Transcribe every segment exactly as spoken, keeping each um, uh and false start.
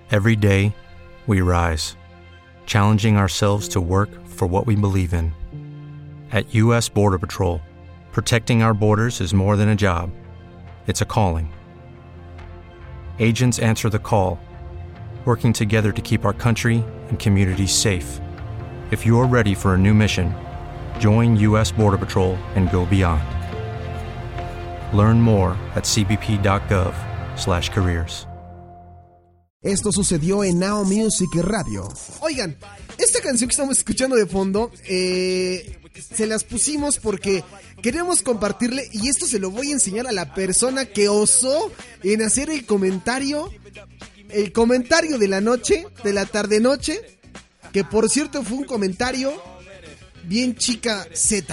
Every day, we rise, challenging ourselves to work for what we believe in. At U S Border Patrol, protecting our borders is more than a job. It's a calling. Agents answer the call, working together to keep our country and communities safe. If you're ready for a new mission, join U S Border Patrol and go beyond. Learn more at cbp.gov slash careers. Esto sucedió en Now Music Radio. Oigan, esta canción que estamos escuchando de fondo, eh, se las pusimos porque queremos compartirle, y esto se lo voy a enseñar a la persona que osó en hacer el comentario, el comentario de la noche, de la tarde-noche, que por cierto fue un comentario bien chica Z.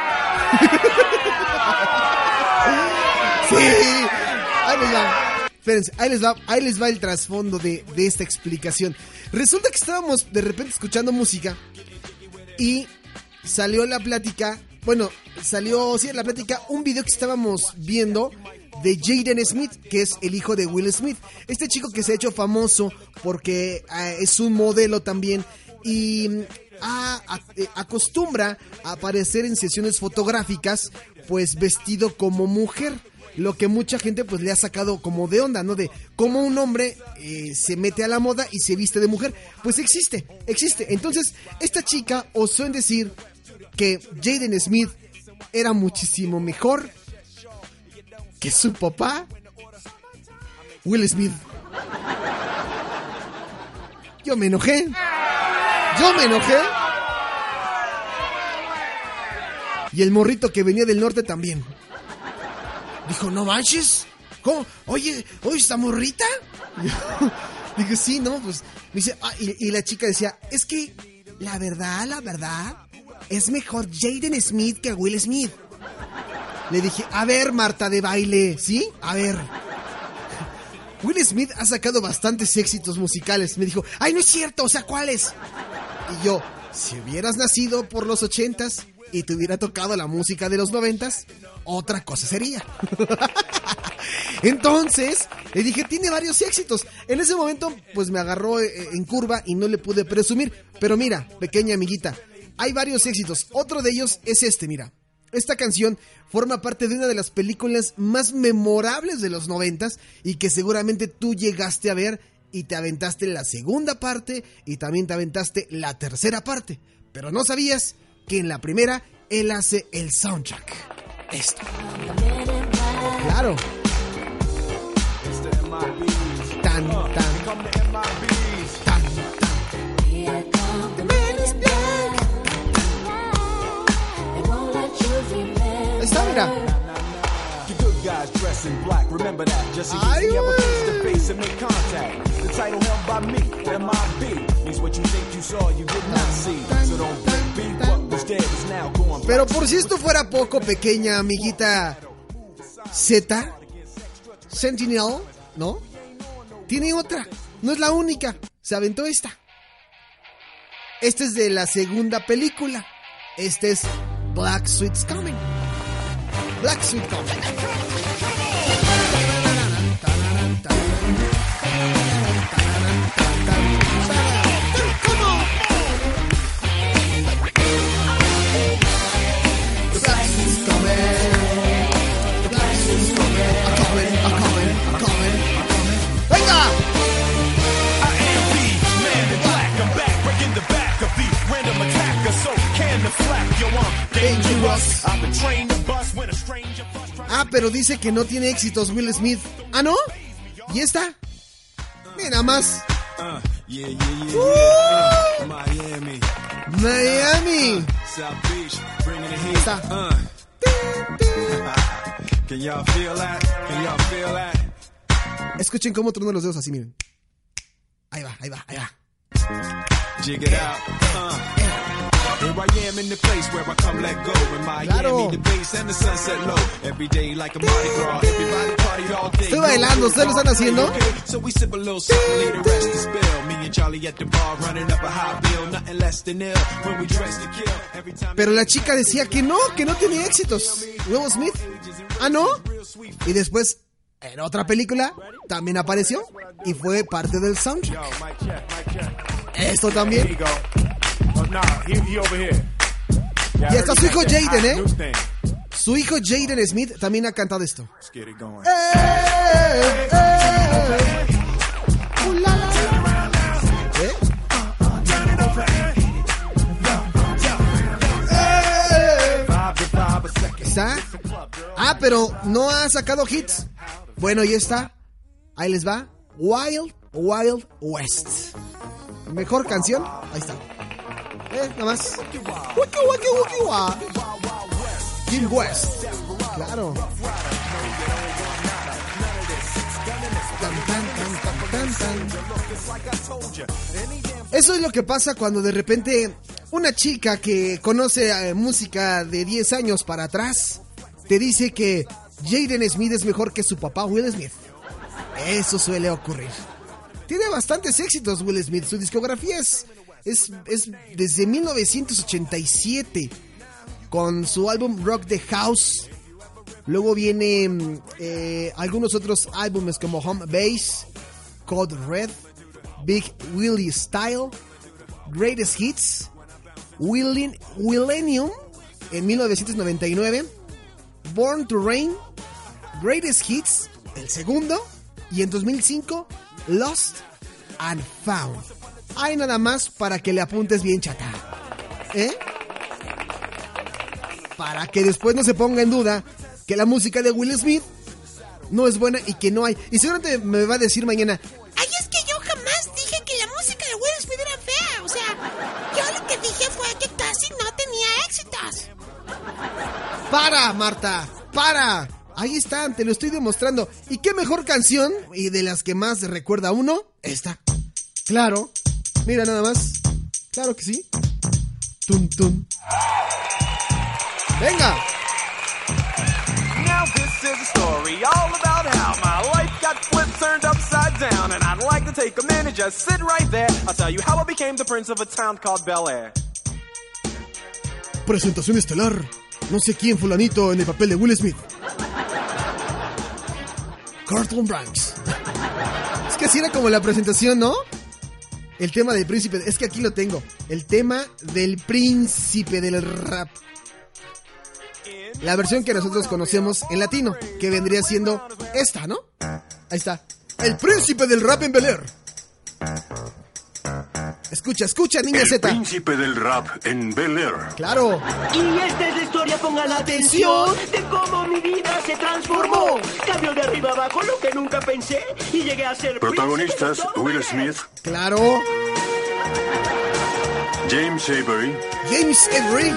Sí, ahí les va. Espérense, ahí les va, ahí les va el trasfondo de, de esta explicación. Resulta que estábamos de repente escuchando música y salió la plática, bueno, salió, sí, la plática, un video que estábamos viendo de Jaden Smith, que es el hijo de Will Smith. Este chico que se ha hecho famoso porque uh, es un modelo también y uh, a, a, acostumbra a aparecer en sesiones fotográficas pues vestido como mujer. Lo que mucha gente pues le ha sacado como de onda, ¿no? De cómo un hombre eh, se mete a la moda y se viste de mujer. Pues existe, existe. Entonces, esta chica osó en decir que Jaden Smith era muchísimo mejor que su papá, Will Smith. Yo me enojé. Yo me enojé. Y el morrito que venía del norte también. Dijo, no manches, ¿cómo? Oye, oye, ¿esta morrita? Dije, sí, no, pues, me dice, ah, y, y la chica decía, es que, la verdad, la verdad, es mejor Jaden Smith que Will Smith. Le dije, a ver, Marta de baile, ¿sí? A ver. Will Smith ha sacado bastantes éxitos musicales. Me dijo, ay, no es cierto, o sea, ¿cuáles? Y yo, si hubieras nacido por los ochentas y te hubiera tocado la música de los noventas, otra cosa sería. Entonces, le dije, tiene varios éxitos. En ese momento, pues me agarró en curva y no le pude presumir. Pero mira, pequeña amiguita, hay varios éxitos. Otro de ellos es este, mira. Esta canción forma parte de una de las películas más memorables de los noventas y que seguramente tú llegaste a ver y te aventaste la segunda parte y también te aventaste la tercera parte. Pero no sabías que en la primera él hace el soundtrack. Esto. Claro. Tan, tan, tan, tan. Ahí está, mira. Ay, pero por si esto fuera poco, pequeña amiguita Z, Sentinel, ¿no? Tiene otra, no es la única, se aventó esta. Esta es de la segunda película. Este es Black Sweet's Coming. Black Sweet Coming. Ah, pero dice que no tiene éxitos Will Smith. ¿Ah, no? ¿Y esta? Mira nada más. Uh, yeah, yeah, yeah, uh, Miami. Miami. South Beach, bringing it here. Está. Uh. Can y'all feel that? Can y'all feel that? Escuchen cómo tronan los dedos así, miren. Ahí va, ahí va, ahí va. Jig it out. Uh. Here I am in the place where I come let go. In Miami, claro. The bass and the sunset low. Every day like a Mardi Gras. Everybody party all day. Estoy bailando, ¿ustedes lo están haciendo? So we sip a little something, leave the rest to spill. Me and Charlie at the bar running up a high bill. Nothing less than ill when we dress to kill. Every time. Pero la chica decía que no, que no tenía éxitos. Will Smith. Ah, ¿no? Y después en otra película también apareció y fue parte del soundtrack. Esto también. Y hasta su hijo Jaden, ¿eh? Su hijo Jaden Smith también ha cantado esto. ¡Eh, eh! Uh, la, la, la. ¿Eh? ¿Está? Ah, pero no ha sacado hits. Bueno, y está. Ahí les va. Wild Wild West. Mejor canción. Ahí está. Eh, nada más. Wiki, wiki, wiki, wa. Jim West. Claro. Tan, tan, tan, tan, tan, tan. Eso es lo que pasa cuando de repente una chica que conoce eh, música de diez años para atrás te dice que Jaden Smith es mejor que su papá Will Smith. Eso suele ocurrir. Tiene bastantes éxitos Will Smith. Su discografía es, es, es desde mil novecientos ochenta y siete con su álbum Rock the House. Luego viene eh, algunos otros álbumes como Home Base, Code Red, Big Willie Style, Greatest Hits, Willin, Millennium en mil novecientos noventa y nueve, Born to Reign, Greatest Hits, el segundo, y en dos mil cinco, Lost and Found. Hay nada más para que le apuntes bien, chata. ¿Eh? Para que después no se ponga en duda que la música de Will Smith no es buena y que no hay. Y seguramente me va a decir mañana: ay, es que yo jamás dije que la música de Will Smith era fea. O sea, yo lo que dije fue que casi no tenía éxitos. ¡Para, Marta! ¡Para! Ahí están, te lo estoy demostrando. ¿Y qué mejor canción? Y de las que más recuerda a uno, esta. Claro. Mira nada más. Claro que sí. Tum, tum. ¡Venga! Now this is a story all about how my life got flipped, turned upside down, and I'd like to take a minute, just sit right there. I'll tell you how I became the prince of a town called Bel Air. Presentación estelar. No sé quién fulanito en el papel de Will Smith. Carlton Branks. Es que así era como la presentación, ¿no? El tema del príncipe. Es que aquí lo tengo. El tema del príncipe del rap. La versión que nosotros conocemos en latino, que vendría siendo esta, ¿no? Ahí está. El príncipe del rap en Bel Air. Escucha, escucha, niña El Z. El príncipe del rap en Bel Air. Claro. Y esta es la historia, pongan la atención, de cómo mi vida se transformó. Cambió de arriba abajo lo que nunca pensé y llegué a ser protagonistas Will Smith. Claro. James Avery. James Avery.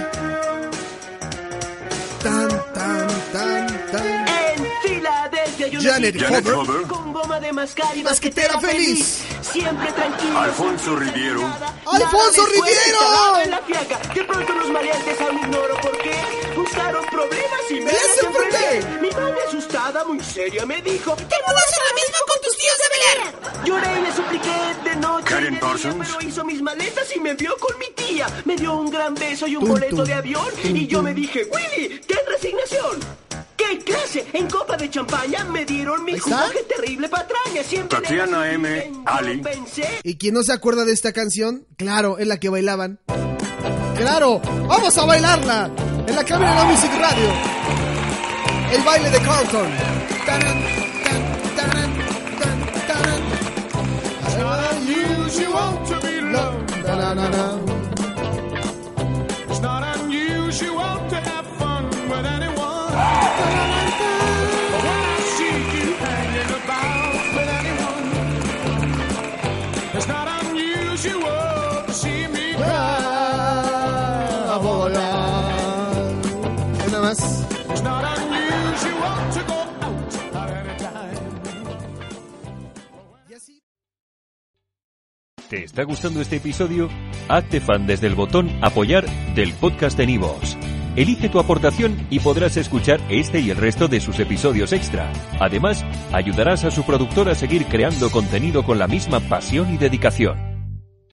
Tan, tan, tan, tan. En Filadelfia yo Janet nací Janet Hover. Hover. con goma de mascar y Basquetera basquetera feliz. feliz. Siempre tranquilo. Alfonso sin Riviero. nada. ¡Alfonso Nada después Riviero! estaba en la fiaca. De pronto los maleantes, aún ignoro por qué, buscaron problemas y me ¡Les los enfrenté. enfrenté! Mi madre asustada, muy seria, me dijo: ¿Te no vas a hacer lo mismo con tus tíos de Bel Air? Lloré y le supliqué de noche Karen y de día, Parsons. pero hizo mis maletas y me envió con mi tía. Me dio un gran beso y un Tum, boleto tum, de avión. tum, Y yo tum. me dije: Willy, ten resignación. ¡Qué clase! En copa de champaña me dieron mi Ahí está. jugo. ¡Qué terrible patraña! Siempre Tatiana le M. recibí en- Ali. Yo pensé. ¿Y quién no se acuerda de esta canción? Claro, es la que bailaban. ¡Claro! ¡Vamos a bailarla! En la cabina de la Music Radio. El baile de Carlton. Taran, tan, taran, tan, taran. No, na, na, na. It's not unusual to have fun with anyone. But when I see you hanging about with anyone, it's not unusual to see me cry. Ah, a volar. ¿Qué nada más? It's not unusual to go out at any time. Y así. ¿Te está gustando este episodio? Hazte fan desde el botón Apoyar del podcast de Nivos. Elige tu aportación y podrás escuchar este y el resto de sus episodios extra. Además, ayudarás a su productor a seguir creando contenido con la misma pasión y dedicación.